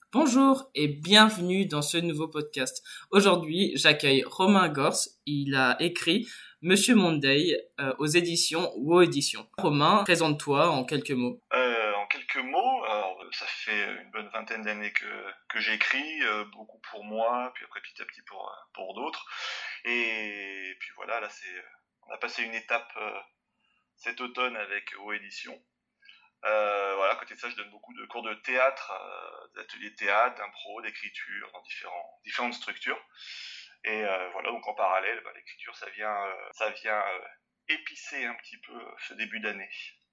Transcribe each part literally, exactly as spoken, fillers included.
Bonjour et bienvenue dans ce nouveau podcast. Aujourd'hui, j'accueille Romain Gors. Il a écrit Monsieur Monday euh, aux éditions Wow Éditions. Romain, présente-toi en quelques mots. Euh, en quelques mots, alors, ça fait une bonne vingtaine d'années que, que j'écris, euh, beaucoup pour moi, puis après petit à petit pour, pour d'autres. Et puis voilà, là c'est, on a passé une étape euh, cet automne avec Wow Éditions. Euh, voilà, à côté de ça, je donne beaucoup de cours de théâtre, euh, d'ateliers de théâtre, d'impro, d'écriture, dans différents, différentes structures. Et euh, voilà, donc en parallèle, bah, l'écriture, ça vient, euh, ça vient euh, épicer un petit peu ce début d'année.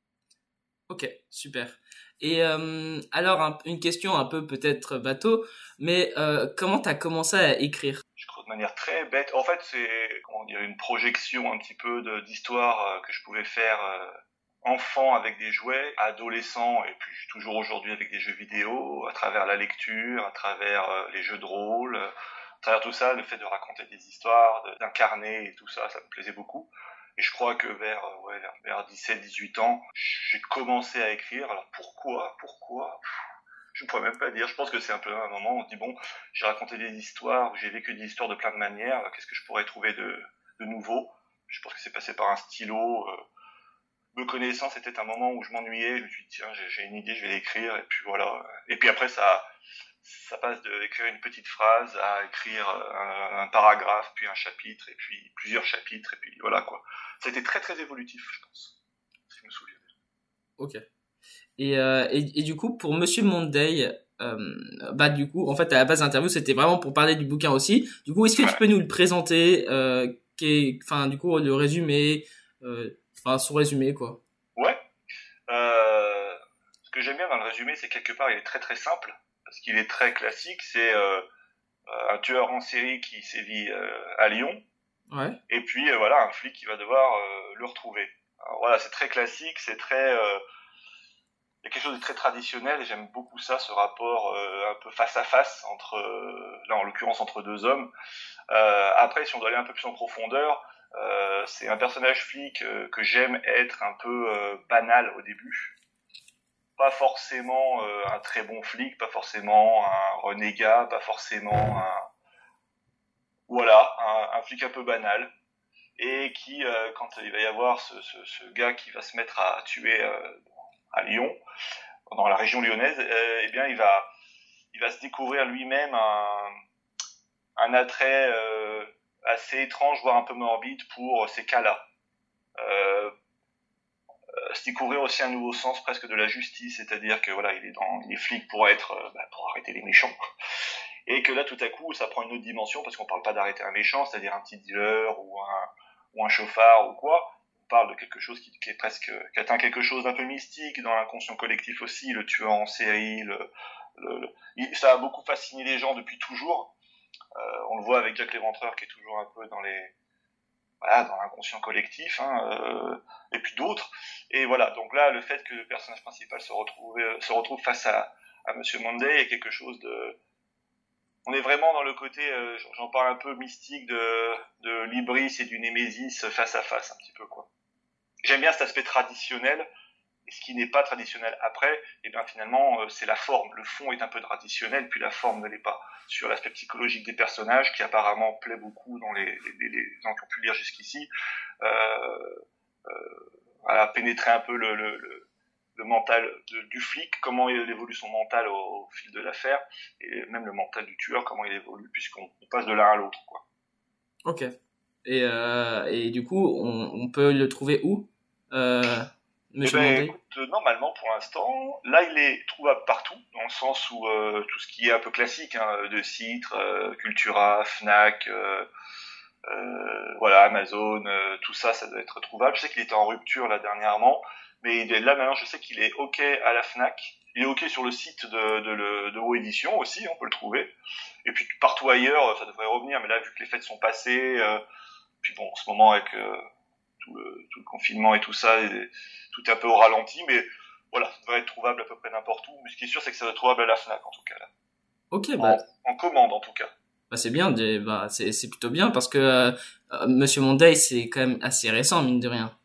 Ok, super. Et euh, alors, un, une question un peu peut-être bateau, mais euh, comment t'as commencé à écrire? Je crois de manière très bête. En fait, c'est comment dire, une projection un petit peu de, d'histoire euh, que je pouvais faire euh, enfant avec des jouets, adolescent et puis toujours aujourd'hui avec des jeux vidéo, à travers la lecture, à travers euh, les jeux de rôle, euh, à travers tout ça, le fait de raconter des histoires, de, d'incarner et tout ça, ça me plaisait beaucoup. Et je crois que vers, euh, ouais, vers, vers dix-sept dix-huit ans, j'ai commencé à écrire. Alors pourquoi Pourquoi Je ne pourrais même pas dire. Je pense que c'est un peu un moment où on se dit, bon, j'ai raconté des histoires, j'ai vécu des histoires de plein de manières, qu'est-ce que je pourrais trouver de, de nouveau? Je pense que c'est passé par un stylo. Euh, me connaissant, c'était un moment où je m'ennuyais, je me suis dit, tiens, j'ai, j'ai une idée, je vais l'écrire, et puis voilà. Et puis après, ça, ça passe d'écrire une petite phrase à écrire un, un paragraphe, puis un chapitre, et puis plusieurs chapitres, et puis voilà quoi. Ça a été très très évolutif, je pense, si je me souviens. Ok. Et, euh, et, et du coup, pour Monsieur Monday, euh, bah du coup, en fait, à la base de l'interview, c'était vraiment pour parler du bouquin aussi. Du coup, est-ce que Ouais. tu peux nous le présenter, euh, qui enfin, du coup, le résumé, euh, enfin, son résumé, quoi. Ouais. Euh, ce que j'aime bien dans le résumé, c'est quelque part, il est très très simple, parce qu'il est très classique. C'est euh, un tueur en série qui sévit euh, à Lyon, Ouais. et puis euh, voilà, un flic qui va devoir euh, le retrouver. Alors voilà, c'est très classique, c'est très... Euh, il y a quelque chose de très traditionnel, et j'aime beaucoup ça, ce rapport euh, un peu face à face, entre, euh, là en l'occurrence entre deux hommes. Euh, après, si on doit aller un peu plus en profondeur, euh, c'est un personnage flic euh, que j'aime être un peu euh, banal au début. Pas forcément euh, un très bon flic, pas forcément un renégat, pas forcément un voilà un, un flic un peu banal et qui euh, quand il va y avoir ce, ce, ce gars qui va se mettre à tuer euh, à Lyon, dans la région lyonnaise, euh, eh bien il va il va se découvrir lui-même un, un attrait euh, assez étrange, voire un peu morbide pour ces cas-là. Euh, se découvrir aussi un nouveau sens presque de la justice, c'est-à-dire que voilà, il est dans les flics pour être euh, bah, pour arrêter les méchants. Et que là, tout à coup, ça prend une autre dimension, parce qu'on parle pas d'arrêter un méchant, c'est-à-dire un petit dealer ou un, ou un chauffard ou quoi. On parle de quelque chose qui, qui est presque, qui atteint quelque chose d'un peu mystique dans l'inconscient collectif aussi, le tueur en série, le, le, le... ça a beaucoup fasciné les gens depuis toujours. Euh, on le voit avec Jack l'Éventreur qui est toujours un peu dans les, voilà, dans l'inconscient collectif, hein, euh, et puis d'autres. Et voilà, donc là, le fait que le personnage principal se retrouve, se retrouve face à, à Monsieur Monday est quelque chose de, on est vraiment dans le côté, euh, j'en parle un peu mystique de, de l'Ibris et du Némésis face à face un petit peu quoi. J'aime bien cet aspect traditionnel, et ce qui n'est pas traditionnel après, et eh bien finalement euh, c'est la forme. Le fond est un peu traditionnel, puis la forme ne l'est pas. Sur l'aspect psychologique des personnages, qui apparemment plaît beaucoup dans les, les, les gens qui ont pu lire jusqu'ici, euh, euh, voilà, pénétrer un peu le, le, le le mental de, du flic, comment il évolue son mental au, au fil de l'affaire, et même le mental du tueur, comment il évolue, puisqu'on on passe de l'un à l'autre, quoi. Ok. Et, euh, et du coup, on, on peut le trouver où, euh, Eh Monsieur ben, Monday? écoute, normalement, pour l'instant, là, il est trouvable partout, dans le sens où euh, tout ce qui est un peu classique, hein, de Citre, euh, Cultura, Fnac, euh, euh, voilà, Amazon, euh, tout ça, ça doit être trouvable. Je sais qu'il était en rupture là dernièrement, mais il est là maintenant. Je sais qu'il est ok à la Fnac. Il est ok sur le site de de, le, de Wow Édition aussi, on peut le trouver. Et puis partout ailleurs, ça devrait revenir. Mais là, vu que les fêtes sont passées, euh, puis bon, en ce moment avec euh, tout, le, tout le confinement et tout ça, et, tout est un peu au ralenti. Mais voilà, ça devrait être trouvable à peu près n'importe où. Mais ce qui est sûr, c'est que ça doit être trouvable à la Fnac en tout cas là. Ok, bah, En, en commande en tout cas. bah c'est bien, des- bah c'est c'est plutôt bien parce que euh, euh, Monsieur Monday c'est quand même assez récent mine de rien.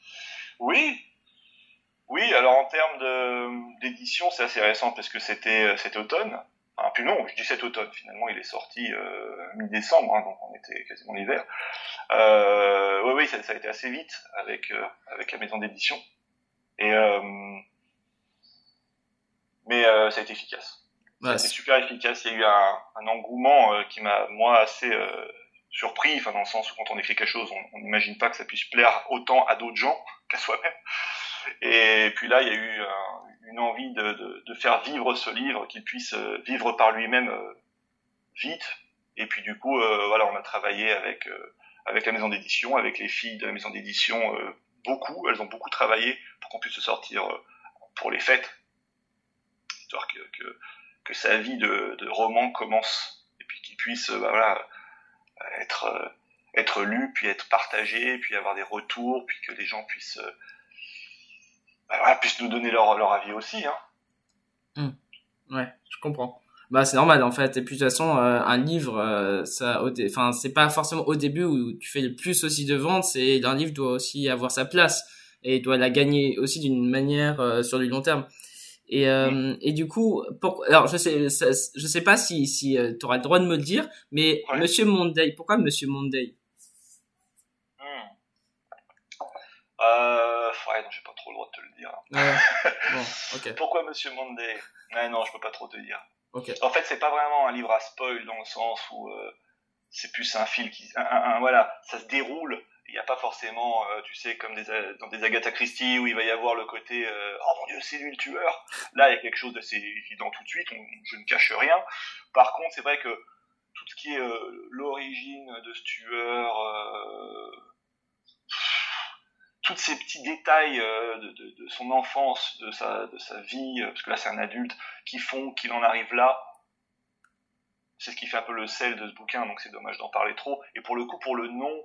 Oui, oui, alors en termes de, d'édition, c'est assez récent parce que c'était cet automne, enfin puis non, je dis cet automne, finalement il est sorti euh, mi-décembre, hein, donc on était quasiment l'hiver. Euh, oui, oui, ça, ça a été assez vite avec, euh, avec la maison d'édition. Et, euh, mais euh, ça a été efficace. Ça a été super efficace. Il y a eu un, un engouement euh, qui m'a, moi, assez euh, surpris, enfin, dans le sens où quand on écrit quelque chose, on n'imagine pas que ça puisse plaire autant à d'autres gens qu'à soi-même. Et puis là, il y a eu euh, une envie de, de, de faire vivre ce livre, qu'il puisse euh, vivre par lui-même euh, vite. Et puis du coup, euh, voilà, on a travaillé avec euh, avec la maison d'édition, avec les filles de la maison d'édition, euh, beaucoup. Elles ont beaucoup travaillé pour qu'on puisse se sortir euh, pour les fêtes, histoire que, que que sa vie de, de roman commence et puis qu'il puisse euh, bah, voilà, être euh, être lu, puis être partagé, puis avoir des retours, puis que les gens puissent euh, bah, voilà, puissent nous donner leur leur avis aussi, hein. Mmh. Ouais, je comprends. Bah c'est normal en fait. Et puis de toute façon, euh, un livre, euh, ça, enfin c'est pas forcément au début où tu fais le plus aussi de ventes. C'est un livre doit aussi avoir sa place et doit la gagner aussi d'une manière euh, sur du long terme. Et euh, mmh. et du coup, pour, alors je sais, ça, je sais pas si si euh, tu auras le droit de me le dire, mais ouais. Monsieur Monday, pourquoi Monsieur Monday? Mmh. Euh, ouais, non, j'ai pas trop le droit de te le dire. Ouais. Bon, ok. Pourquoi Monsieur Monday? Ouais, non, je peux pas trop te dire. Okay. En fait, c'est pas vraiment un livre à spoil dans le sens où euh, c'est plus un fil qui, un, un, un, voilà, ça se déroule. Il n'y a pas forcément, euh, tu sais, comme des, dans des Agatha Christie où il va y avoir le côté euh, oh mon Dieu, c'est lui le tueur. Là, il y a quelque chose d'assez évident tout de suite. On, je ne cache rien. Par contre, c'est vrai que tout ce qui est euh, l'origine de ce tueur, euh, tous ces petits détails euh, de, de, de son enfance, de sa, de sa vie, parce que là c'est un adulte, qui font qu'il en arrive là. C'est ce qui fait un peu le sel de ce bouquin, donc c'est dommage d'en parler trop. Et pour le coup, pour le nom,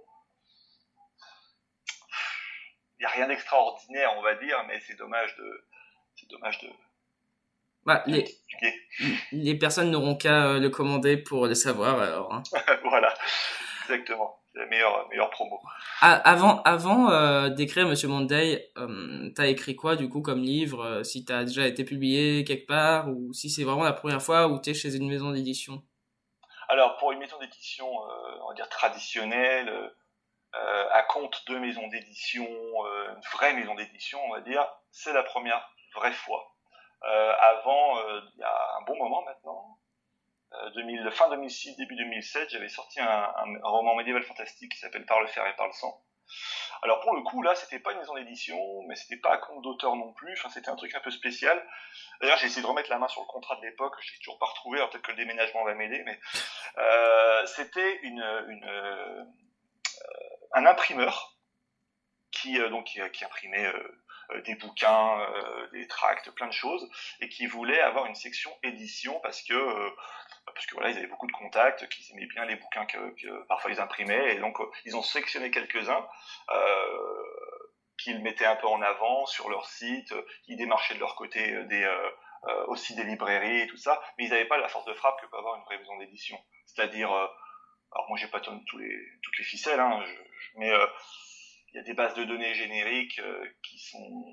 il n'y a rien d'extraordinaire, on va dire, mais c'est dommage de... C'est dommage de... Bah, les, les personnes n'auront qu'à le commander pour le savoir, alors. Hein. Voilà, exactement. C'est la meilleure, meilleure promo. Ah, avant, avant euh, d'écrire Monsieur Monday, euh, t'as écrit quoi du coup comme livre, euh, si t'as déjà été publié quelque part ou si c'est vraiment la première fois où t'es chez une maison d'édition? Alors pour une maison d'édition, euh, on va dire traditionnelle, euh, à compte de maison d'édition, euh, une vraie maison d'édition, on va dire, c'est la première vraie fois. Euh, avant, il euh, y a un bon moment maintenant. deux mille, fin deux mille six, début deux mille sept, j'avais sorti un, un, un roman médiéval fantastique qui s'appelle Par le fer et par le sang. Alors pour le coup, là, c'était pas une maison d'édition, mais c'était pas à compte d'auteur non plus. Enfin, c'était un truc un peu spécial. D'ailleurs, j'ai essayé de remettre la main sur le contrat de l'époque. Je l'ai toujours pas retrouvé. Alors peut-être que le déménagement va m'aider, mais euh, c'était une, une euh, un imprimeur qui euh, donc qui, qui imprimait euh, des bouquins, euh, des tracts, plein de choses, et qui voulait avoir une section édition parce que euh, parce que voilà, ils avaient beaucoup de contacts, qu'ils aimaient bien les bouquins que, que parfois ils imprimaient, et donc euh, ils ont sélectionné quelques-uns euh, qu'ils mettaient un peu en avant sur leur site, ils démarchaient de leur côté euh, des euh, euh, aussi des librairies et tout ça, mais ils n'avaient pas la force de frappe que peut avoir une vraie maison d'édition. C'est-à-dire, euh, alors moi j'ai pas tous les toutes les ficelles, hein, je, je, mais euh, il y a des bases de données génériques euh, qui sont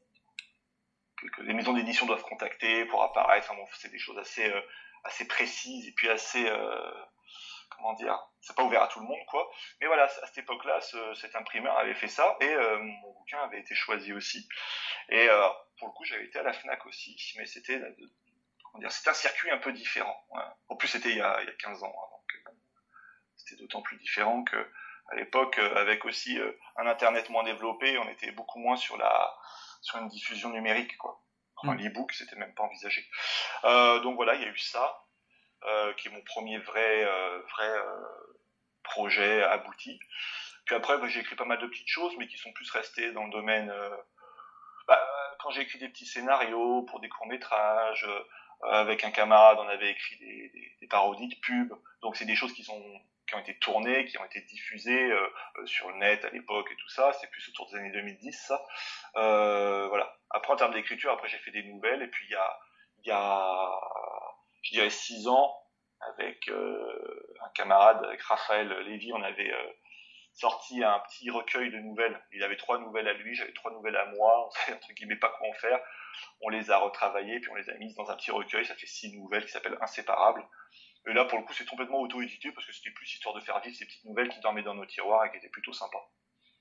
que, que les maisons d'édition doivent contacter pour apparaître. Enfin bon, c'est des choses assez euh, assez précises et puis assez euh, comment dire, c'est pas ouvert à tout le monde quoi. Mais voilà, à cette époque-là, ce, cet imprimeur avait fait ça et euh, mon bouquin avait été choisi aussi. Et euh, pour le coup, j'avais été à la Fnac aussi, mais c'était comment dire, c'était un circuit un peu différent. Ouais. En plus, c'était il y a il y a quinze ans, hein, donc bon, c'était d'autant plus différent que à l'époque, avec aussi un internet moins développé, on était beaucoup moins sur la sur une diffusion numérique, quoi. Enfin, mmh. L'e-book, c'était même pas envisagé. Euh, donc voilà, il y a eu ça, euh, qui est mon premier vrai euh, vrai euh, projet abouti. Puis après, bah, j'ai écrit pas mal de petites choses, mais qui sont plus restées dans le domaine. Euh, bah, quand j'ai écrit des petits scénarios pour des courts métrages, euh, avec un camarade, on avait écrit des, des, des parodies de pubs. Donc c'est des choses qui sont qui ont été tournées, qui ont été diffusées euh, sur le net à l'époque et tout ça. C'est plus autour des années deux mille dix, ça. Euh, voilà. Après, en termes d'écriture, après j'ai fait des nouvelles. Et puis il y a, il y a, je dirais six ans, avec euh, un camarade, avec Raphaël Lévy, on avait, euh, sorti un petit recueil de nouvelles. Il avait trois nouvelles à lui, j'avais trois nouvelles à moi, on savait entre guillemets pas quoi en faire. On les a retravaillées, puis on les a mises dans un petit recueil, ça fait six nouvelles qui s'appellent Inséparables. Et là, pour le coup, c'est complètement auto-édité, parce que c'était plus histoire de faire vivre ces petites nouvelles qui dormaient dans nos tiroirs et qui étaient plutôt sympas.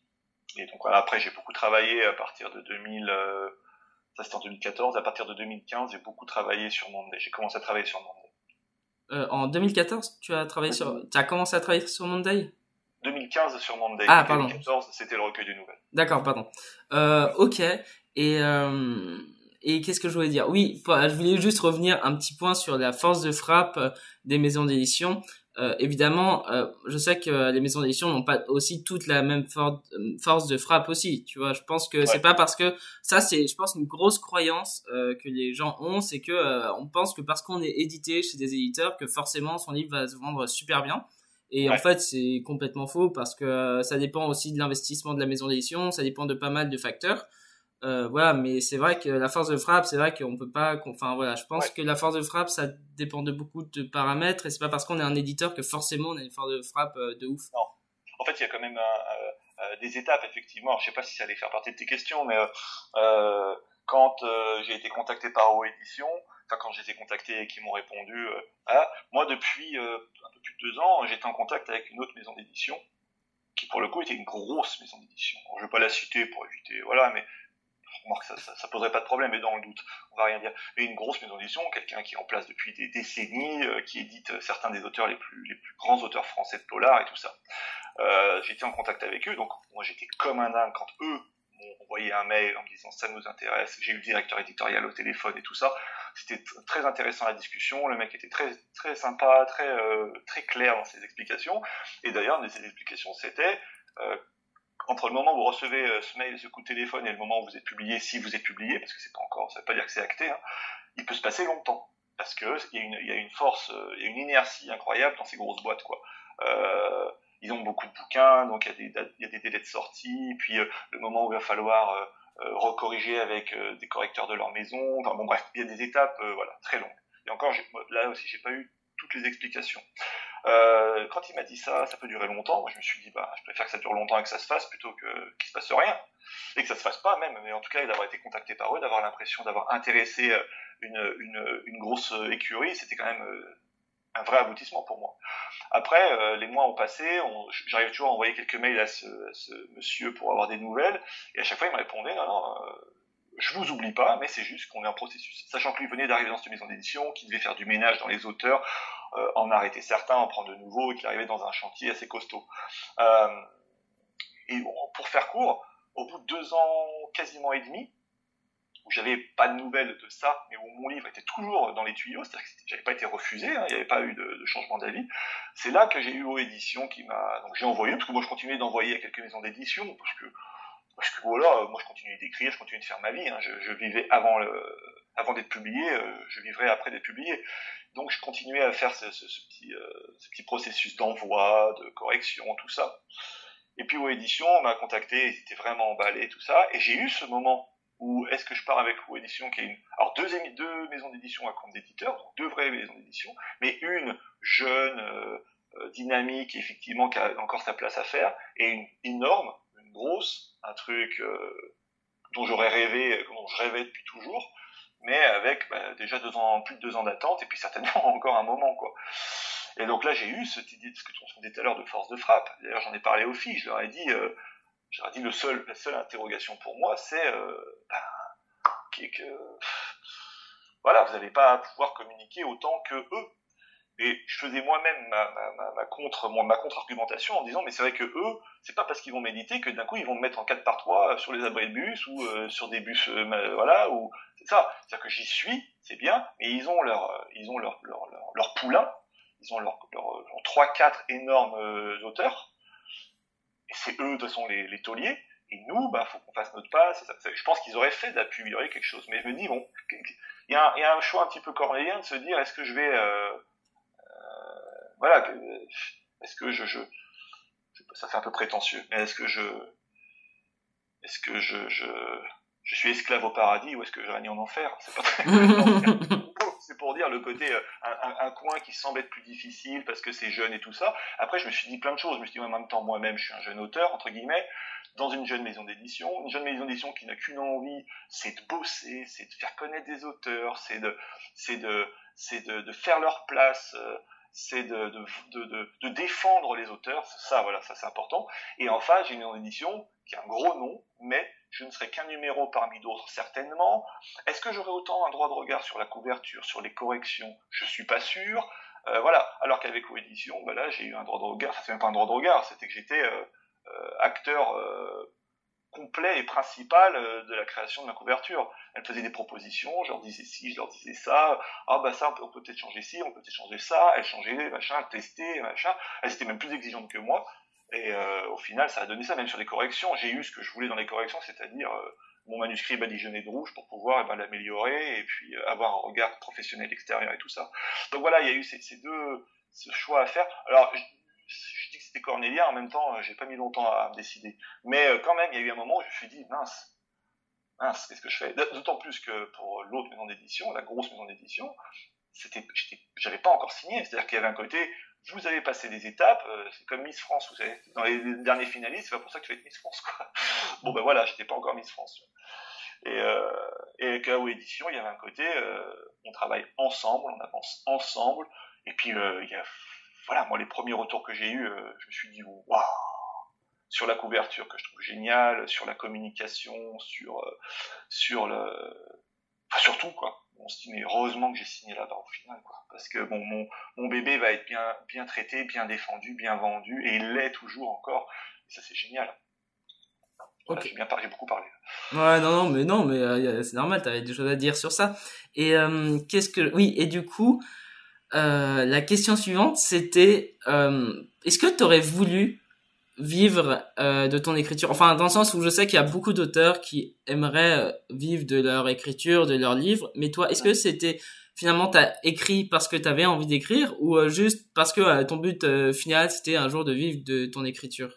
Et donc voilà, après j'ai beaucoup travaillé à partir de deux mille, euh, ça c'était en deux mille quatorze, à partir de deux mille quinze, j'ai beaucoup travaillé sur Monday, j'ai commencé à travailler sur Monday. Euh, en deux mille quatorze, tu as travaillé sur, tu as commencé à travailler sur Monday? deux mille quinze sur Monday. Ah, pardon. deux mille quatorze, c'était le recueil de nouvelles. D'accord, pardon. Euh, ok. Et, euh, et qu'est-ce que je voulais dire? Oui, je voulais juste revenir un petit point sur la force de frappe des maisons d'édition. Euh, évidemment, euh, je sais que les maisons d'édition n'ont pas aussi toute la même for- force de frappe aussi. Tu vois, je pense que ouais. C'est pas parce que ça, c'est, je pense, une grosse croyance euh, que les gens ont, c'est que euh, on pense que parce qu'on est édité chez des éditeurs, que forcément son livre va se vendre super bien. Et ouais. En fait, c'est complètement faux parce que euh, ça dépend aussi de l'investissement de la maison d'édition, ça dépend de pas mal de facteurs. Euh, voilà, mais c'est vrai que la force de frappe, c'est vrai qu'on peut pas, enfin voilà, je pense ouais. que la force de frappe, ça dépend de beaucoup de paramètres et c'est pas parce qu'on est un éditeur que forcément on a une force de frappe euh, de ouf. Non, en fait, il y a quand même euh, euh, des étapes effectivement. Alors, je sais pas si ça allait faire partie de tes questions, mais euh, quand euh, j'ai été contacté par O Édition, enfin quand j'ai été contacté et qu'ils m'ont répondu, euh, ah, moi depuis euh, un peu plus de deux ans, j'étais en contact avec une autre maison d'édition qui pour le coup était une grosse maison d'édition. Alors, je vais pas la citer pour éviter, voilà, mais remarque, ça, ça, ça poserait pas de problème, mais dans le doute, on va rien dire. Mais une grosse maison d'édition, quelqu'un qui est en place depuis des décennies, euh, qui édite euh, certains des auteurs les plus, les plus grands auteurs français de polar et tout ça. Euh, j'étais en contact avec eux, donc moi j'étais comme un dingue quand eux m'ont envoyé un mail en me disant ça nous intéresse. J'ai eu le directeur éditorial au téléphone et tout ça. C'était t- très intéressant la discussion. Le mec était très, très sympa, très, euh, très clair dans ses explications. Et d'ailleurs, une de ses explications, c'était euh, entre le moment où vous recevez euh, ce mail, ce coup de téléphone et le moment où vous êtes publié, si vous êtes publié, parce que c'est pas encore, ça veut pas dire que c'est acté, hein, il peut se passer longtemps. Parce que il y a une, il y a une force, euh, il y a une inertie incroyable dans ces grosses boîtes, quoi. Euh, ils ont beaucoup de bouquins, donc il y a des, il y a des délais de sortie, puis euh, le moment où il va falloir euh, euh, recorriger avec euh, des correcteurs de leur maison, enfin bon bref, il y a des étapes, euh, voilà, très longues. Et encore, j'ai, là aussi, j'ai pas eu toutes les explications. Euh, quand il m'a dit ça, ça peut durer longtemps. Moi, je me suis dit, bah, je préfère que ça dure longtemps et que ça se fasse plutôt que qu'il se passe rien et que ça se fasse pas même. Mais en tout cas, d'avoir été contacté par eux, d'avoir l'impression d'avoir intéressé une une une grosse écurie, c'était quand même un vrai aboutissement pour moi. Après, euh, les mois ont passé, on, j'arrive toujours à envoyer quelques mails à ce, à ce monsieur pour avoir des nouvelles, et à chaque fois il me répondait, non, non, euh, je vous oublie pas, mais c'est juste qu'on est en processus. Sachant que lui venait d'arriver dans cette maison d'édition, qu'il devait faire du ménage dans les auteurs, euh, en arrêter certains, en prendre de nouveaux, et qu'il arrivait dans un chantier assez costaud. Euh, et bon, pour faire court, au bout de deux ans, quasiment et demi, où j'avais pas de nouvelles de ça, mais où mon livre était toujours dans les tuyaux, c'est-à-dire que j'avais pas été refusé, hein, il n'y avait pas eu de, de changement d'avis. C'est là que j'ai eu O Édition qui m'a, donc j'ai envoyé, parce que moi je continuais d'envoyer à quelques maisons d'édition, parce que, parce que voilà, moi je continuais d'écrire, je continuais de faire ma vie, hein, je, je vivais avant le, avant d'être publié, euh, je vivrais après d'être publié. Donc je continuais à faire ce, ce, ce petit, euh, ce petit processus d'envoi, de correction, tout ça. Et puis O Édition m'a contacté, ils étaient vraiment emballés, tout ça, et j'ai eu ce moment où est-ce que je pars avec O Édition qui est une, alors deux, deux maisons d'édition à compte d'éditeur, donc deux vraies maisons d'édition, mais une jeune, euh, dynamique, effectivement, qui a encore sa place à faire, et une énorme, une grosse, un truc euh, dont j'aurais rêvé, dont je rêvais depuis toujours, mais avec bah, déjà deux ans, plus de deux ans d'attente, et puis certainement encore un moment, quoi. Et donc là, j'ai eu cette idée de ce que tu disais tout à l'heure de force de frappe. D'ailleurs, j'en ai parlé aux filles, je leur ai dit, euh, j'aurais dit le seul, la seule interrogation pour moi, c'est euh, ben, que, que voilà, vous n'allez pas pouvoir communiquer autant que eux. Et je faisais moi-même ma, ma, ma, ma contre, ma contre-argumentation en disant, mais c'est vrai que eux, c'est pas parce qu'ils vont méditer que d'un coup ils vont me mettre en quatre par trois sur les abris de bus ou euh, sur des bus, euh, voilà, ou c'est ça. C'est-à-dire que j'y suis, c'est bien, mais ils ont leur, ils ont leur, leur, leur, leur poulain, ils ont leur, leur, leur trois, quatre énormes euh, auteurs. Et c'est eux, de toute façon, les, les tauliers. Et nous, bah, faut qu'on fasse notre passe. Ça, ça, je pense qu'ils auraient fait d'appui, il y aurait quelque chose. Mais je me dis, bon, il y a un, il y a un choix un petit peu cornélien de se dire, est-ce que je vais, euh, euh, voilà, est-ce que je, je, je, ça fait un peu prétentieux, mais est-ce que je, est-ce que je, je, je suis esclave au paradis ou est-ce que je règne en enfer? C'est pas très... c'est pour dire le côté euh, un, un, un coin qui semble être plus difficile parce que c'est jeune et tout ça. Après, je me suis dit plein de choses. Je me suis dit, en même temps, moi-même, je suis un jeune auteur, entre guillemets, dans une jeune maison d'édition. Une jeune maison d'édition qui n'a qu'une envie, c'est de bosser, c'est de faire connaître des auteurs, c'est de, c'est de, c'est de, de faire leur place, euh, c'est de, de, de, de, de défendre les auteurs. Ça, voilà, ça c'est important. Et enfin, j'ai une maison d'édition qui a un gros nom, mais je ne serai qu'un numéro parmi d'autres, certainement. Est-ce que j'aurai autant un droit de regard sur la couverture, sur les corrections? Je suis pas sûr. Euh, voilà. Alors qu'avec Coédition, bah là, j'ai eu un droit de regard. Enfin, c'est même pas un droit de regard, c'était que j'étais euh, euh, acteur euh, complet et principal euh, de la création de ma couverture. Elles me faisaient des propositions, je leur disais ci, je leur disais ça. Ah bah ça, on peut, on peut peut-être changer ci, on peut peut-être changer ça. Elles changeaient, machin, elles testaient, machin. Elles étaient même plus exigeantes que moi. Et euh, au final, ça a donné ça, même sur les corrections. J'ai eu ce que je voulais dans les corrections, c'est-à-dire euh, mon manuscrit badigeonné de rouge pour pouvoir eh ben, l'améliorer et puis euh, avoir un regard professionnel extérieur et tout ça. Donc voilà, il y a eu ces, ces deux ce choix à faire. Alors, je, je dis que c'était cornélien, en même temps, j'ai pas mis longtemps à me décider. Mais euh, quand même, il y a eu un moment où je me suis dit, mince, mince, qu'est-ce que je fais? D'autant plus que pour l'autre maison d'édition, la grosse maison d'édition, c'était, j'avais pas encore signé, c'est-à-dire qu'il y avait un côté, vous avez passé des étapes, euh, c'est comme Miss France, vous savez, dans les derniers finalistes, c'est pas pour ça que tu vas être Miss France, quoi. Bon ben voilà, j'étais pas encore Miss France. Et, euh, et avec K O Édition, il y avait un côté, euh, on travaille ensemble, on avance ensemble, et puis euh, il y a, voilà, moi les premiers retours que j'ai eus, euh, je me suis dit, waouh, sur la couverture que je trouve géniale, sur la communication, sur, euh, sur le, enfin surtout quoi. On se dit mais heureusement que j'ai signé là-bas au final quoi, parce que bon mon mon bébé va être bien bien traité, bien défendu, bien vendu et il l'est toujours encore. Et ça c'est génial. Voilà, okay. J'ai bien parlé, j'ai beaucoup parlé. Ouais non non mais non mais euh, c'est normal, t'avais des choses à dire sur ça. Et euh, qu'est-ce que oui et du coup euh, la question suivante c'était euh, est-ce que t'aurais voulu vivre euh, de ton écriture, enfin dans le sens où je sais qu'il y a beaucoup d'auteurs qui aimeraient euh, vivre de leur écriture, de leurs livres, mais toi est-ce que c'était finalement t'as écrit parce que t'avais envie d'écrire ou euh, juste parce que euh, ton but euh, final c'était un jour de vivre de ton écriture?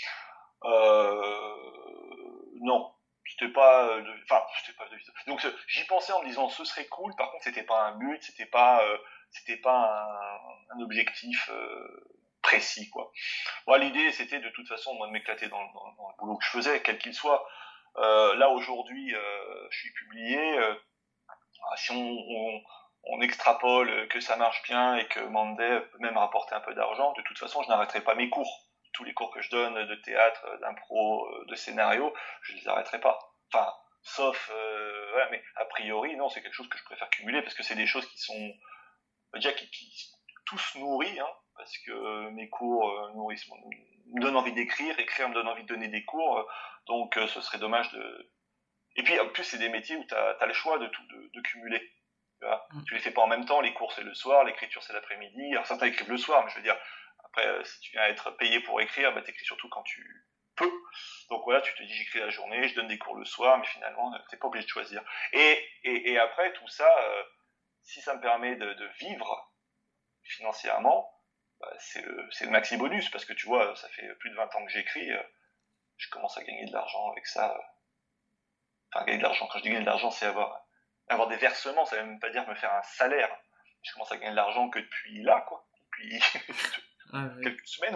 Euh... Non, c'était pas, de... enfin c'était pas de... donc j'y pensais en me disant ce serait cool, par contre c'était pas un but, c'était pas, euh, c'était pas un, un objectif. Euh... précis quoi. Moi l'idée c'était de toute façon moi de m'éclater dans, dans, dans le boulot que je faisais quel qu'il soit. Euh, là aujourd'hui euh, je suis publié, euh, si on, on, on extrapole que ça marche bien et que Monday peut même rapporter un peu d'argent, de toute façon je n'arrêterai pas mes cours. Tous les cours que je donne de théâtre, d'impro, de scénario, je les arrêterai pas. Enfin, sauf, euh, voilà, mais a priori non, c'est quelque chose que je préfère cumuler parce que c'est des choses qui sont déjà qui, qui tous nourris, hein, parce que mes cours euh, nourrissent, me donnent envie d'écrire, écrire me donne envie de donner des cours, euh, donc euh, ce serait dommage de... Et puis en plus c'est des métiers où tu as le choix de tout, de, de cumuler. Tu vois, mmh. Tu les fais pas en même temps, les cours c'est le soir, l'écriture c'est l'après-midi, alors certains écrivent le soir, mais je veux dire, après euh, si tu viens être payé pour écrire, bah t'écris surtout quand tu peux. Donc voilà, tu te dis j'écris la journée, je donne des cours le soir, mais finalement t'es pas obligé de choisir. Et, et, et après tout ça, euh, si ça me permet de, de vivre financièrement, bah, c'est le, c'est le maxi bonus, parce que tu vois, ça fait plus de vingt ans que j'écris, euh, je commence à gagner de l'argent avec ça. Euh, enfin, gagner de l'argent, quand je dis gagner de l'argent, c'est avoir, avoir des versements, ça veut même pas dire me faire un salaire. Je commence à gagner de l'argent que depuis là, quoi, depuis ah, oui. quelques semaines.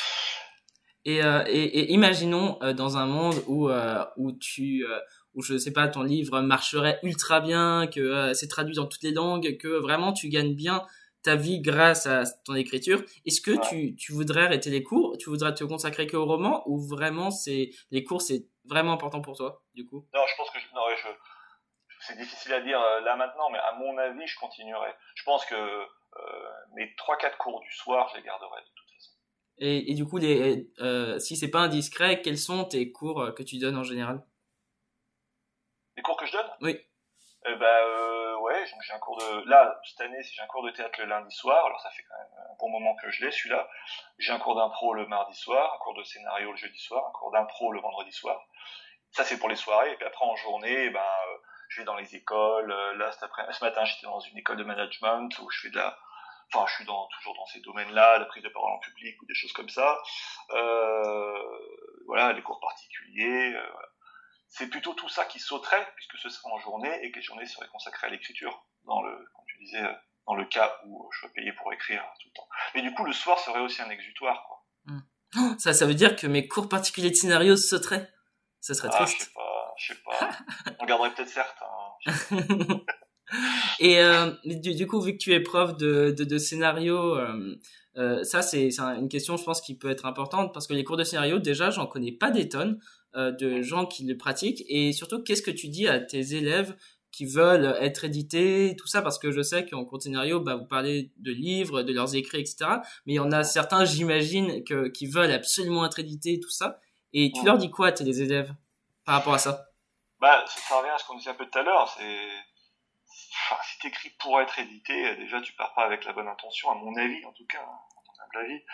Et, euh, et, et imaginons euh, dans un monde où, euh, où tu... Euh, où je sais pas, ton livre marcherait ultra bien, que euh, c'est traduit dans toutes les langues, que vraiment tu gagnes bien ta vie grâce à ton écriture. Est-ce que ouais. tu, tu voudrais arrêter les cours? Tu voudrais te consacrer qu'au roman? Ou vraiment, c'est, les cours, c'est vraiment important pour toi, du coup? Non, je pense que je, non, je, c'est difficile à dire euh, là maintenant, mais à mon avis, je continuerai. Je pense que euh, mes trois quatre cours du soir, je les garderai de toute façon. Et, et du coup, les, euh, si c'est pas indiscret, quels sont tes cours que tu donnes en général? Les cours que je donne? Oui. Euh, bah euh, ouais, donc j'ai un cours de là cette année, j'ai un cours de théâtre le lundi soir. Alors ça fait quand même un bon moment que je l'ai celui-là. J'ai un cours d'impro le mardi soir, un cours de scénario le jeudi soir, un cours d'impro le vendredi soir. Ça c'est pour les soirées. Et puis après en journée, ben euh, je vais dans les écoles. Là cet après, ce matin j'étais dans une école de management où je fais de la, enfin je suis dans toujours dans ces domaines-là, la prise de parole en public ou des choses comme ça. Euh, voilà, les cours particuliers. Euh, voilà. c'est plutôt tout ça qui sauterait, puisque ce serait en journée, et que les journées seraient consacrées à l'écriture, dans le, comme tu disais, dans le cas où je sois payé pour écrire tout le temps. Mais du coup, le soir serait aussi un exutoire, quoi. Mmh. Ça, ça veut dire que mes cours particuliers de scénario sauteraient. Ça serait ah, triste. Je sais pas, je sais pas. On garderait peut-être certains. Et euh, du, du coup, vu que tu es prof de, de, de scénario, euh, euh, ça c'est, c'est une question, je pense, qui peut être importante parce que les cours de scénario, déjà, j'en connais pas des tonnes euh, de gens qui le pratiquent. Et surtout, qu'est-ce que tu dis à tes élèves qui veulent être édités, tout ça, parce que je sais qu'en cours de scénario, bah, vous parlez de livres, de leurs écrits, et cetera. Mais il y en a certains, j'imagine, que, qui veulent absolument être édités, tout ça. Et tu leur dis quoi à tes élèves par rapport à ça? Bah, ça, ça revient à ce qu'on disait un peu tout à l'heure. C'est, enfin, si t'écris pour être édité, déjà tu pars pas avec la bonne intention, à mon avis, en tout cas, hein, à mon humble avis.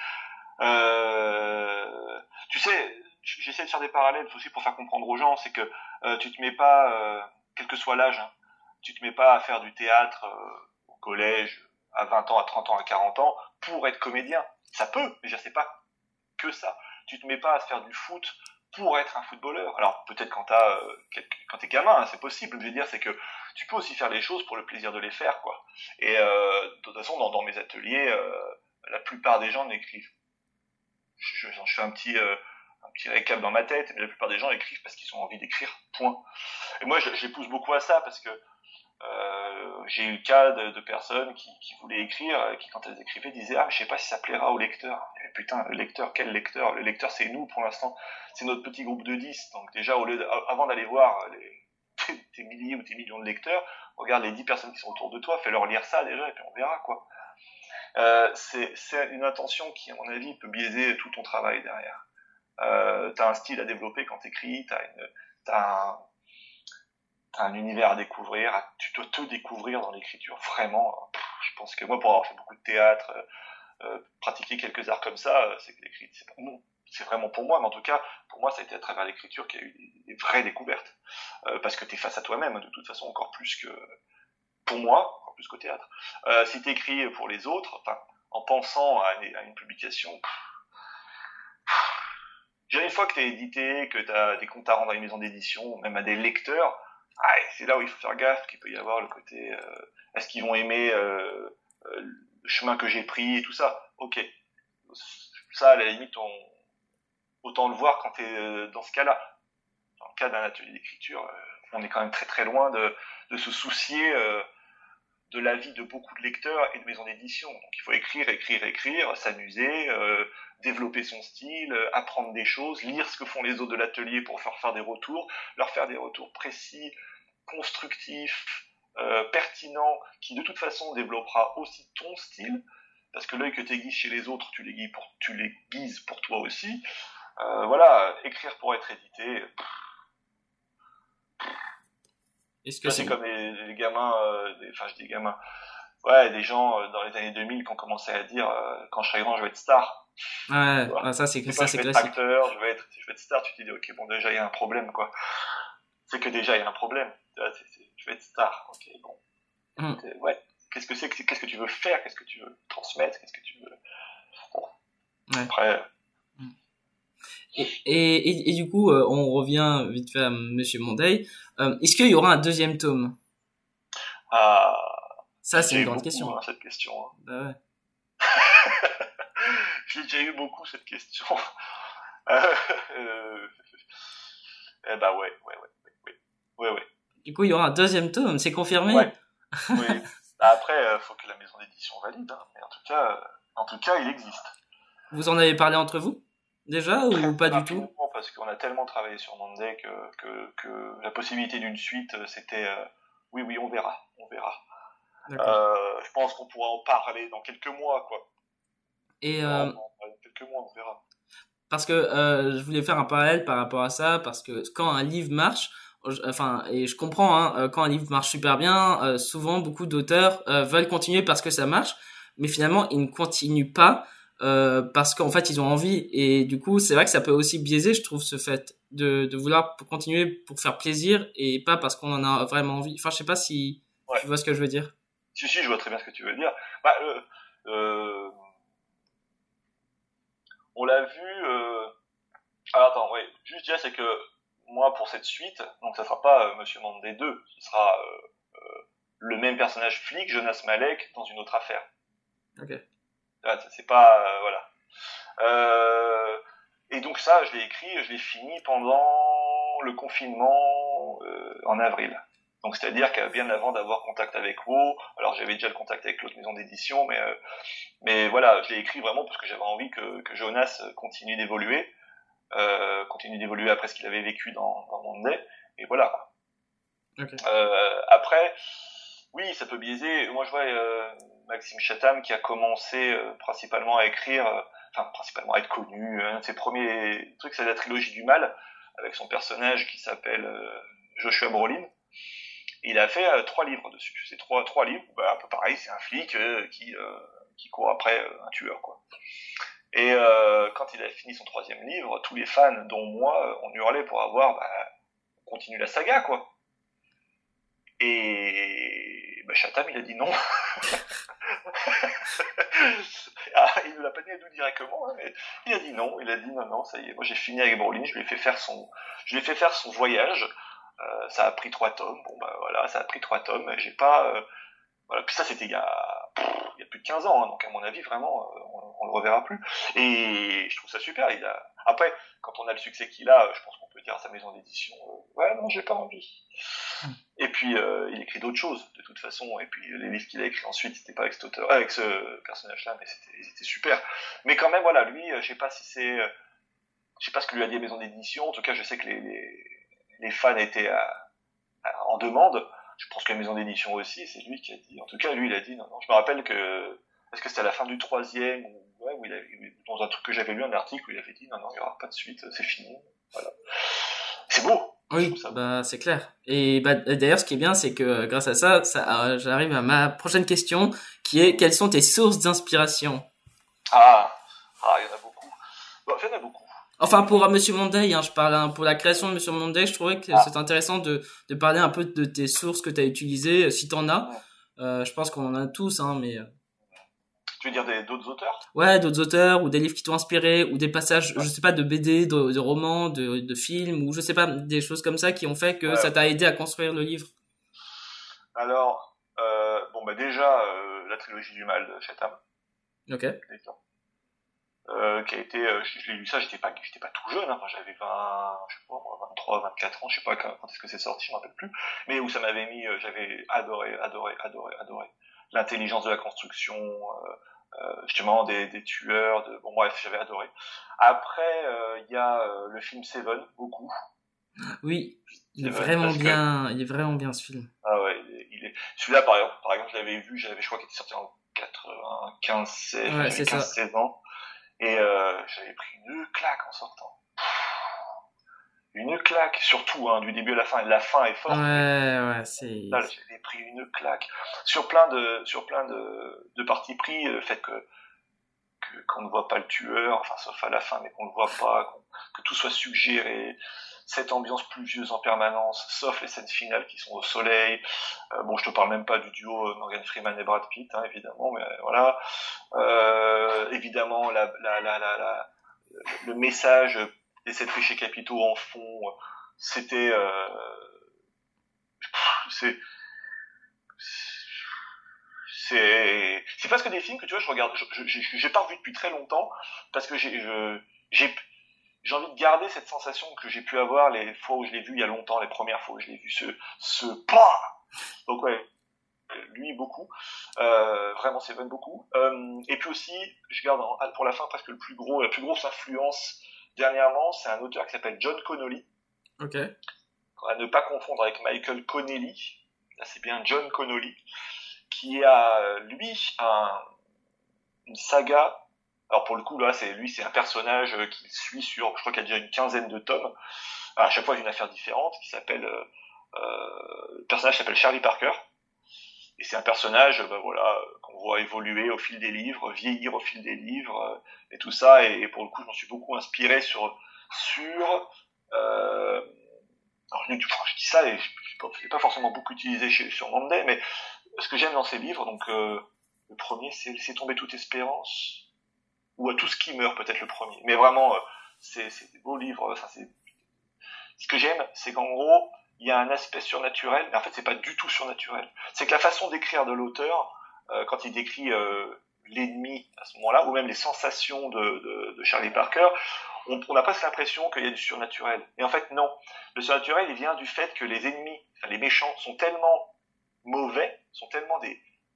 Euh, tu sais, j'essaie de faire des parallèles aussi pour faire comprendre aux gens, c'est que euh, tu te mets pas, euh, quel que soit l'âge, hein, tu te mets pas à faire du théâtre euh, au collège à vingt ans, à trente ans, à quarante ans pour être comédien. Ça peut, mais je sais pas que ça. Tu te mets pas à se faire du foot pour être un footballeur. Alors peut-être quand t'as, euh, quand t'es gamin, hein, c'est possible. Je veux dire, c'est que tu peux aussi faire les choses pour le plaisir de les faire, quoi. Et euh, de toute façon, dans, dans mes ateliers, euh, la plupart des gens n'écrivent. Je, je, je fais un petit, euh, un petit récap dans ma tête, mais la plupart des gens écrivent parce qu'ils ont envie d'écrire. Point. Et moi, je, je les pousse beaucoup à ça parce que euh, j'ai eu le cas de, de personnes qui, qui voulaient écrire, qui quand elles écrivaient disaient ah mais je sais pas si ça plaira au lecteur. Et putain, le lecteur, quel lecteur? Le lecteur c'est nous pour l'instant, c'est notre petit groupe de dix. Donc déjà au lieu de, avant d'aller voir les, tes milliers ou tes millions de lecteurs, regarde les dix personnes qui sont autour de toi, fais-leur lire ça déjà et puis on verra quoi. Euh, c'est, c'est une intention qui à mon avis peut biaiser tout ton travail derrière. Euh, t'as un style à développer quand t'écris, t'as une, t'as un T'as un univers à découvrir, tu dois te découvrir dans l'écriture, vraiment. Pff, je pense que moi, pour avoir fait beaucoup de théâtre, euh, euh, pratiquer quelques arts comme ça, euh, c'est que l'écriture, c'est, pour moi, c'est vraiment pour moi, mais en tout cas, pour moi, ça a été à travers l'écriture qu'il y a eu des, des vraies découvertes. Euh, parce que t'es face à toi-même, de toute façon, encore plus que, pour moi, encore plus qu'au théâtre. Euh, si t'écris pour les autres, enfin, en pensant à une, à une publication, déjà une fois que t'es édité, que t'as des comptes à rendre à une maison d'édition, même à des lecteurs, ah, c'est là où il faut faire gaffe, qu'il peut y avoir le côté euh, est-ce qu'ils vont aimer euh, euh, le chemin que j'ai pris et tout ça. Ok, ça à la limite on... autant le voir quand t'es dans ce cas-là. Dans le cas d'un atelier d'écriture, euh, on est quand même très très loin de, de se soucier euh, de l'avis de beaucoup de lecteurs et de maisons d'édition. Donc il faut écrire, écrire, écrire, s'amuser, euh, développer son style, euh, apprendre des choses, lire ce que font les autres de l'atelier pour faire faire des retours, leur faire des retours précis, constructif, euh, pertinent, qui de toute façon développera aussi ton style, parce que l'œil que tu aiguises chez les autres, tu l'aiguises pour, tu l'aiguises pour toi aussi. Euh, voilà, écrire pour être édité. Est-ce que c'est, c'est comme les, les gamins, euh, des, enfin je dis gamins, ouais, des gens euh, dans les années deux mille qui ont commencé à dire euh, quand je serai grand, je vais être star. Ouais, ouais ça c'est, c'est ça pas, c'est je vais classique. Être acteur, je vais être, je vais être star. Tu te dis ok bon déjà il y a un problème quoi. C'est que déjà il y a un problème. C'est, c'est, je vais être star. Ok, bon. Mmh. Ouais. Qu'est-ce que c'est que qu'est-ce que tu veux faire? Qu'est-ce que tu veux transmettre? Qu'est-ce que tu veux? Bon. Ouais. Après. Mmh. Et, et, et, et du coup, euh, on revient vite fait à Monsieur Monday. Euh, est-ce qu'il y aura un deuxième tome? Ah. Ça, c'est une grande question. Hein, cette question. Hein. Bah ouais. J'ai déjà eu beaucoup cette question. euh, eh bah ouais, ouais, ouais. Ouais, ouais. Du coup, il y aura un deuxième tome, c'est confirmé? Ouais. Oui. Après, il euh, faut que la maison d'édition valide. Hein. Mais en tout cas, euh, en tout cas, il existe. Vous en avez parlé entre vous déjà ou Très pas du tout? Parce qu'on a tellement travaillé sur Monday que, que, que la possibilité d'une suite, c'était euh, oui, oui, on verra, on verra. Euh, je pense qu'on pourra en parler dans quelques mois, quoi. Et euh... dans quelques mois, on verra. Parce que euh, je voulais faire un parallèle par rapport à ça, parce que quand un livre marche, enfin, et je comprends, hein, quand un livre marche super bien, euh, souvent beaucoup d'auteurs euh, veulent continuer parce que ça marche, mais finalement ils ne continuent pas euh, parce qu'en fait ils ont envie. Et du coup, c'est vrai que ça peut aussi biaiser, je trouve, ce fait de, de vouloir continuer pour faire plaisir et pas parce qu'on en a vraiment envie. Enfin, je sais pas si ouais. tu vois ce que je veux dire. Si, si, je vois très bien ce que tu veux dire. Bah, euh, euh, on l'a vu. Euh... Alors attends, ouais. Juste dire, c'est que moi, pour cette suite, donc ça sera pas euh, Monsieur Monday deux, ce sera euh, euh, le même personnage flic, Jonas Malek, dans une autre affaire. Ok. Ah, c'est pas... Euh, voilà. Euh, et donc ça, je l'ai écrit, je l'ai fini pendant le confinement euh, en avril. Donc c'est-à-dire que bien avant d'avoir contact avec WoW, alors j'avais déjà le contact avec l'autre maison d'édition, mais euh, mais voilà, je l'ai écrit vraiment parce que j'avais envie que, que Jonas continue d'évoluer, euh, continue d'évoluer après ce qu'il avait vécu dans, dans Monday, et voilà. Okay. Euh, après, oui, ça peut biaiser. Moi, je vois euh, Maxime Chatham qui a commencé euh, principalement à écrire, euh, enfin principalement à être connu. Un de ses premiers trucs, c'est la trilogie du mal, avec son personnage qui s'appelle euh, Joshua Brolin. Il a fait euh, trois livres dessus. C'est trois trois livres. Bah, un peu pareil, c'est un flic euh, qui euh, qui court après euh, un tueur, quoi. Et euh, quand il a fini son troisième livre, tous les fans, dont moi, on hurlait pour avoir, bah, continue la saga, quoi. Et bah, Chatham, il a dit non. Ah, il ne l'a pas dit à nous directement, hein, mais il a dit non. Il a dit non, non, ça y est. Moi, j'ai fini avec Brolin. Je lui ai fait faire son, je lui ai fait faire son voyage. Euh, ça a pris trois tomes. Bon, bah voilà, ça a pris trois tomes. J'ai pas. Euh, voilà. Puis ça, c'était il y a, pff, il y a plus de quinze ans, hein, donc à mon avis, vraiment, euh, on, on le reverra plus. Et je trouve ça super. Il a. Après, quand on a le succès qu'il a, je pense qu'on peut dire à sa maison d'édition, euh, ouais, non, j'ai pas envie. Et puis euh, il écrit d'autres choses de toute façon. Et puis les livres qu'il a écrits ensuite, c'était pas avec cet auteur, avec ce personnage-là, mais c'était, ils étaient super. Mais quand même, voilà, lui, je sais pas si c'est, je sais pas ce que lui a dit la maison d'édition. En tout cas, je sais que les les, les fans étaient à, à, en demande. Je pense que la maison d'édition aussi, c'est lui qui a dit. En tout cas, lui, il a dit non, non. Je me rappelle que est-ce que c'était à la fin du troisième ou ouais, où il avait, dans un truc que j'avais lu, un article où il avait dit non, non, il y aura pas de suite, c'est fini. Voilà. C'est beau. Oui, bah c'est clair. Et bah d'ailleurs, ce qui est bien, c'est que grâce à ça, ça, euh, j'arrive à ma prochaine question, qui est quelles sont tes sources d'inspiration? Ah, ah, il y en a beaucoup. Bon, il y en a beaucoup. Enfin, pour euh, Monsieur Monday, hein, je parle hein, pour la création de Monsieur Monday, je trouvais que ah. c'est intéressant de de parler un peu de tes sources que tu as utilisées, si t'en as. Ouais. Euh, je pense qu'on en a tous, hein, mais. Tu veux dire des, d'autres auteurs? Ouais, d'autres auteurs, ou des livres qui t'ont inspiré, ou des passages, ouais. je sais pas, de B D, de, de romans, de, de films, ou je sais pas, des choses comme ça qui ont fait que ouais, ça t'a aidé à construire le livre. Alors, euh, bon bah déjà, euh, la trilogie du mal de Chatham. Ok. Euh, qui a été, euh, je, je l'ai lu ça, j'étais pas, j'étais pas tout jeune, hein, j'avais vingt, je sais pas, vingt-trois, vingt-quatre ans, je sais pas quand, quand est-ce que c'est sorti, je m'en rappelle plus, mais où ça m'avait mis, euh, j'avais adoré, adoré, adoré, adoré. L'intelligence de la construction, euh, euh, justement des, des tueurs, de, bon bref, j'avais adoré. Après, il euh, y a euh, le film Seven, beaucoup. Oui, il est Seven, vraiment bien, que... il est vraiment bien ce film. Ah ouais, il est, il est... celui-là par exemple, par exemple, je l'avais vu, j'avais, je crois qu'il était sorti en quatre-vingt-quinze, seize, ouais, c'est quinze, seize ans. Et euh, j'avais pris une claque en sortant. Une claque, surtout, hein, du début à la fin. Et la fin est forte. Ouais, ouais, c'est... Là, j'avais pris une claque. Sur plein de, sur plein de, de partis pris, le fait que, que, qu'on ne voit pas le tueur, enfin, sauf à la fin, mais qu'on le voit pas, que tout soit suggéré. Cette ambiance pluvieuse en permanence, sauf les scènes finales qui sont au soleil. Euh, bon, je te parle même pas du duo Morgan Freeman et Brad Pitt, hein, évidemment, mais voilà. Euh, évidemment, la, la, la, la, la, le message des sept péchés capitaux en fond, c'était, euh, c'est, c'est, c'est parce que des films que tu vois, je regarde, je, je, j'ai pas revu depuis très longtemps, parce que j'ai, je, j'ai, j'ai envie de garder cette sensation que j'ai pu avoir les fois où je l'ai vu il y a longtemps, les premières fois où je l'ai vu, ce, ce pas. Donc ouais, lui beaucoup, euh, vraiment Seven beaucoup. Euh, et puis aussi, je garde en, pour la fin presque le plus gros, la plus grosse influence dernièrement, c'est un auteur qui s'appelle John Connolly. Ok. À ne pas confondre avec Michael Connelly. Là, c'est bien John Connolly, qui a lui un, une saga. Alors pour le coup là, c'est lui, c'est un personnage qui suit sur, je crois qu'il y a déjà une quinzaine de tomes, à chaque fois une affaire différente, qui s'appelle, euh, le personnage s'appelle Charlie Parker, et c'est un personnage, ben voilà, qu'on voit évoluer au fil des livres, vieillir au fil des livres, et tout ça, et, et pour le coup, je m'en suis beaucoup inspiré sur, sur, euh, alors je, je dis ça, et je, je, je l'ai pas forcément beaucoup utilisé chez, sur Monday, mais ce que j'aime dans ces livres, donc euh, le premier, c'est Laisser tomber toute espérance, ou à tout ce qui meurt, peut-être le premier. Mais vraiment, euh, c'est, c'est des beaux livres, ça c'est, ce que j'aime, c'est qu'en gros, il y a un aspect surnaturel, mais en fait, c'est pas du tout surnaturel. C'est que la façon d'écrire de l'auteur, euh, quand il décrit euh, l'ennemi à ce moment-là, ou même les sensations de, de, de Charlie Parker, on, on a presque l'impression qu'il y a du surnaturel. Et en fait, non. Le surnaturel, il vient du fait que les ennemis, enfin, les méchants, sont tellement mauvais, sont tellement des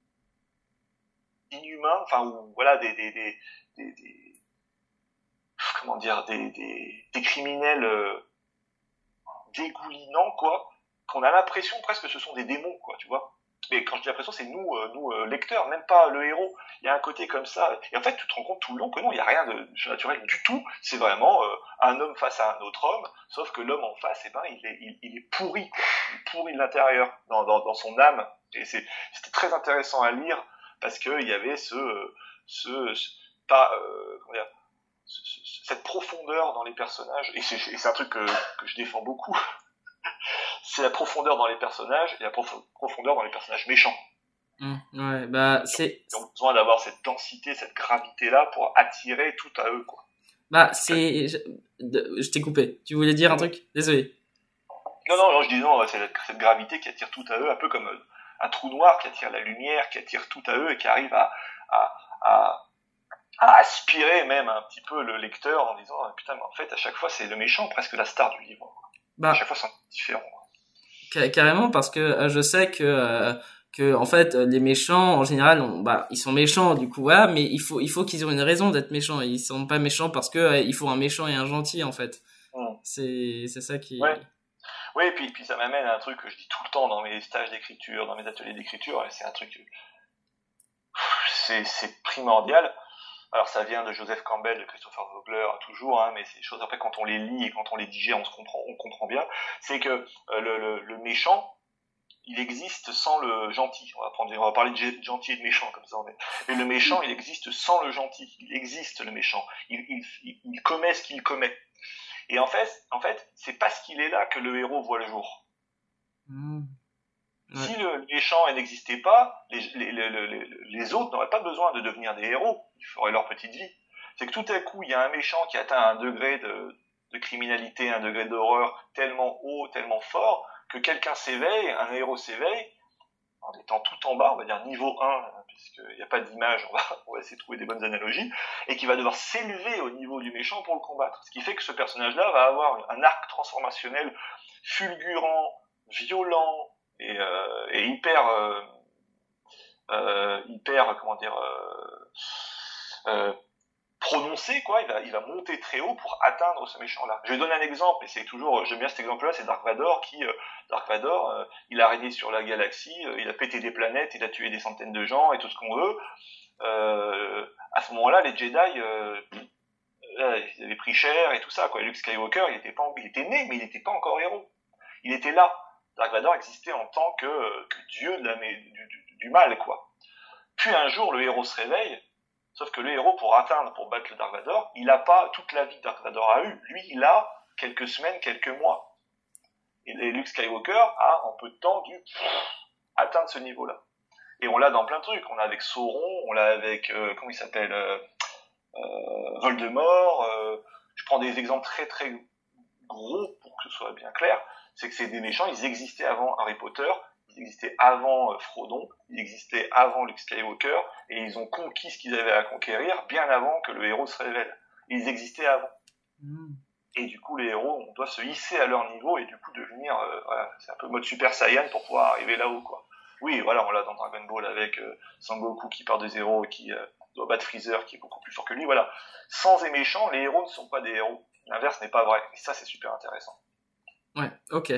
inhumains, enfin, ou voilà, des, des, des, des, des comment dire, des, des, des criminels euh, dégoulinants, quoi, qu'on a l'impression presque que ce sont des démons, quoi, tu vois. Mais quand je dis l'impression, c'est nous, euh, nous euh, lecteurs, même pas le héros. Il y a un côté comme ça. Et en fait, tu te rends compte tout le long que non, il n'y a rien de surnaturel du tout. C'est vraiment euh, un homme face à un autre homme, sauf que l'homme en face, eh ben, il est, il, il est pourri, quoi. Il est pourri de l'intérieur, dans, dans, dans son âme. Et c'est, c'était très intéressant à lire parce que il y avait ce, ce, ce pas, euh, comment dire, ce, ce, cette profondeur dans les personnages. Et c'est, et c'est un truc que, que je défends beaucoup. C'est la profondeur dans les personnages et la prof- profondeur dans les personnages méchants. Mmh, ouais, bah c'est. Ils ont besoin d'avoir cette densité, cette gravité-là pour attirer tout à eux, quoi. Bah c'est. Je, je t'ai coupé. Tu voulais dire un truc? Désolé. Non, non, non, je dis non, c'est cette gravité qui attire tout à eux, un peu comme un trou noir qui attire la lumière, qui attire tout à eux et qui arrive à, à, à, à aspirer même un petit peu le lecteur en disant putain, mais en fait, à chaque fois, c'est le méchant, presque la star du livre. Bah, à chaque fois, c'est différent. Carrément, parce que euh, je sais que euh, que en fait les méchants en général on, bah ils sont méchants du coup voilà, mais il faut il faut qu'ils aient une raison d'être méchants. Ils sont pas méchants parce que euh, il faut un méchant et un gentil en fait. Mm. C'est c'est ça qui. Ouais. Oui, et puis puis ça m'amène à un truc que je dis tout le temps dans mes stages d'écriture, dans mes ateliers d'écriture, et c'est un truc c'est c'est primordial. Alors ça vient de Joseph Campbell, de Christopher Vogler, toujours, hein, mais c'est des choses après quand on les lit et quand on les digère, on se comprend, on comprend bien. C'est que euh, le, le, le méchant, il existe sans le gentil. On va prendre, on va parler de gentil et de méchant comme ça. Mais, mais le méchant, il existe sans le gentil. Il existe le méchant. Il, il, il commet ce qu'il commet. Et en fait, en fait, c'est parce qu'il est là que le héros voit le jour. Mmh. Ouais. Si le méchant n'existait pas, les, les, les, les, les autres n'auraient pas besoin de devenir des héros. Ils feraient leur petite vie. C'est que tout à coup, il y a un méchant qui atteint un degré de, de criminalité, un degré d'horreur tellement haut, tellement fort, que quelqu'un s'éveille, un héros s'éveille, en étant tout en bas, on va dire niveau un, puisqu'il n'y a pas d'image, on va, on va essayer de trouver des bonnes analogies, et qui va devoir s'élever au niveau du méchant pour le combattre. Ce qui fait que ce personnage-là va avoir un arc transformationnel fulgurant, violent, et, euh, et hyper euh, euh, hyper comment dire euh, euh, prononcé, quoi. Il va il va monter très haut pour atteindre ce méchant là. Je vais donner un exemple, et c'est toujours, j'aime bien cet exemple là, c'est Dark Vador qui euh, Dark Vador euh, il a régné sur la galaxie, euh, il a pété des planètes, il a tué des centaines de gens et tout ce qu'on veut. Euh, à ce moment là les Jedi euh, euh, ils avaient pris cher et tout ça, quoi. Luke Skywalker, il était pas il était né mais il était pas encore héros, il était là. Dark Vador existait en tant que, que dieu de la, du, du, du mal, quoi. Puis un jour, le héros se réveille, sauf que le héros, pour atteindre, pour battre le Dark Vador, il n'a pas toute la vie que Dark Vador a eue. Lui, il a quelques semaines, quelques mois. Et Luke Skywalker a, en peu de temps, dû atteindre ce niveau-là. Et on l'a dans plein de trucs. On l'a avec Sauron, on l'a avec, euh, comment il s'appelle, euh, euh, Voldemort. Euh, je prends des exemples très très gros pour que ce soit bien clair. C'est que c'est des méchants, ils existaient avant Harry Potter, ils existaient avant euh, Frodon, ils existaient avant Luke Skywalker, et ils ont conquis ce qu'ils avaient à conquérir bien avant que le héros se révèle. Ils existaient avant. Mmh. Et du coup, les héros, on doit se hisser à leur niveau et du coup devenir, euh, voilà, c'est un peu mode Super Saiyan pour pouvoir arriver là-haut, quoi. Oui, voilà, on l'a dans Dragon Ball avec euh, Sangoku qui part de zéro et qui euh, doit battre Freezer qui est beaucoup plus fort que lui, voilà. Sans et méchants, les héros ne sont pas des héros. L'inverse n'est pas vrai. Et ça, c'est super intéressant. Ouais, ok.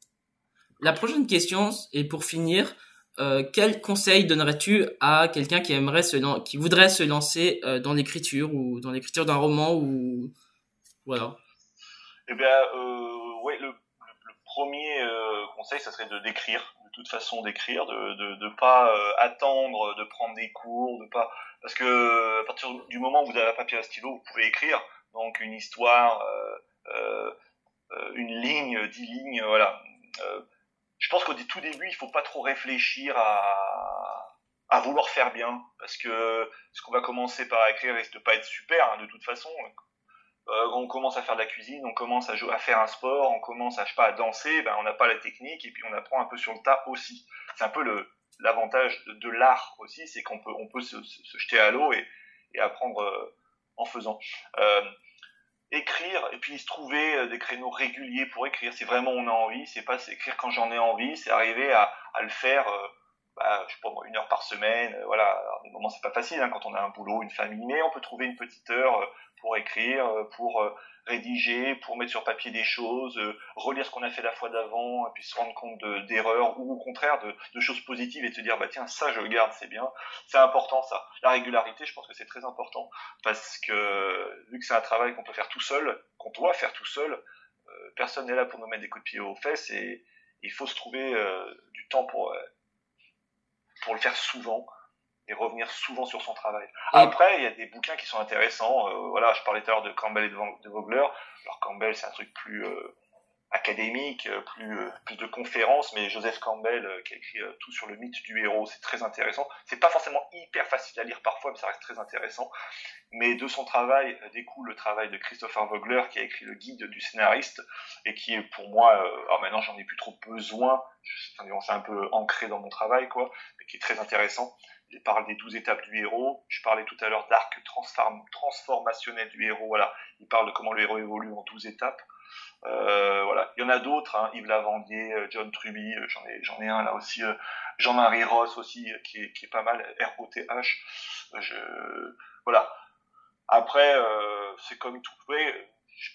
La prochaine question, et pour finir, euh, quel conseil donnerais-tu à quelqu'un qui aimerait se lan- qui voudrait se lancer euh, dans l'écriture ou dans l'écriture d'un roman ou voilà. Eh bien, euh, ouais, le, le, le premier euh, conseil, ça serait de d'écrire, de toute façon d'écrire, de de, de pas euh, attendre, de prendre des cours, de pas parce que à partir du moment où vous avez un papier et un stylo, vous pouvez écrire. Donc une histoire, euh, euh, une ligne, dix lignes, voilà. Euh, je pense qu'au tout début, il faut pas trop réfléchir à, à vouloir faire bien, parce que ce qu'on va commencer par écrire risque de pas être super, hein, de toute façon. Euh, quand on commence à faire de la cuisine, on commence à, jouer, à faire un sport, on commence à, je sais pas, à danser, ben on n'a pas la technique et puis on apprend un peu sur le tas aussi. C'est un peu le l'avantage de, de l'art aussi, c'est qu'on peut on peut se, se, se jeter à l'eau et, et apprendre euh, en faisant. Euh, écrire et puis se trouver des créneaux réguliers pour écrire. C'est vraiment on a envie, c'est pas c'est écrire quand j'en ai envie, c'est arriver à, à le faire. Euh, bah, je sais pas moi, une heure par semaine, euh, voilà. Alors, des moments c'est pas facile hein, quand on a un boulot, une famille, mais on peut trouver une petite heure euh, pour écrire, euh, pour euh, rédiger, pour mettre sur papier des choses, euh, relire ce qu'on a fait la fois d'avant, et puis se rendre compte de, d'erreurs ou au contraire de, de choses positives et de se dire bah tiens ça je le garde, c'est bien. C'est important ça. La régularité, je pense que c'est très important parce que vu que c'est un travail qu'on peut faire tout seul, qu'on doit faire tout seul, euh, personne n'est là pour nous mettre des coups de pied aux fesses et il faut se trouver euh, du temps pour euh, pour le faire souvent et revenir souvent sur son travail. Et... Après, il y a des bouquins qui sont intéressants. Euh, voilà, je parlais tout à l'heure de Campbell et de Vogler. Alors Campbell, c'est un truc plus euh, académique, plus euh, plus de conférences, mais Joseph Campbell euh, qui a écrit euh, tout sur le mythe du héros, c'est très intéressant. C'est pas forcément hyper facile à lire parfois, mais ça reste très intéressant. Mais de son travail euh, découle le travail de Christopher Vogler qui a écrit le guide du scénariste et qui est pour moi, euh, alors maintenant j'en ai plus trop besoin, c'est un peu ancré dans mon travail quoi, mais qui est très intéressant. Il parle des douze étapes du héros. Je parlais tout à l'heure d'arc transform- transformationnel du héros. Voilà, il parle de comment le héros évolue en douze étapes. Euh, voilà, il y en a d'autres, hein, Yves Lavandier, John Truby, j'en ai, j'en ai un là aussi, euh, Jean-Marie Ross aussi, qui est, qui est pas mal, R O T H. Je, voilà. Après, euh, c'est comme tout. Ouais,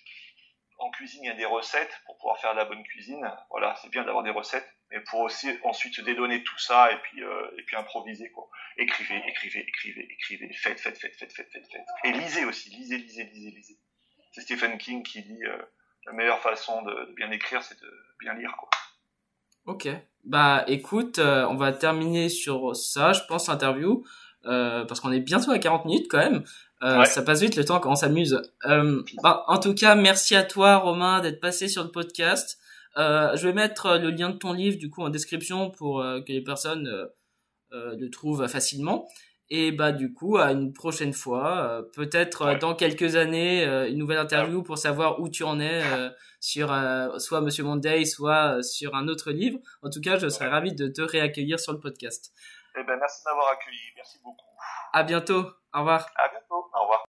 en cuisine, il y a des recettes pour pouvoir faire de la bonne cuisine. Voilà, c'est bien d'avoir des recettes, mais pour aussi ensuite se dédonner tout ça et puis euh, et puis improviser quoi. Écrivez, écrivez, écrivez, écrivez, faites, faites, faites, faites, faites, faites, faites. Et lisez aussi, lisez, lisez, lisez, lisez. C'est Stephen King qui dit euh, la meilleure façon de, de bien écrire, c'est de bien lire quoi. Ok, bah écoute, euh, on va terminer sur ça, je pense, l'interview, euh, parce qu'on est bientôt à quarante minutes quand même. Euh, ouais. Ça passe vite le temps quand on s'amuse. Euh, bah, en tout cas, merci à toi Romain d'être passé sur le podcast. Euh, je vais mettre le lien de ton livre du coup en description pour euh, que les personnes euh, euh, le trouvent facilement. Et bah du coup à une prochaine fois, euh, peut-être ouais. dans quelques années, euh, une nouvelle interview ouais. pour savoir où tu en es euh, sur euh, soit Monsieur Monday, soit euh, sur un autre livre. En tout cas, je serais ouais. ravi de te réaccueillir sur le podcast. Eh ben merci de m'avoir accueilli, merci beaucoup. À bientôt, au revoir. À bientôt, au revoir.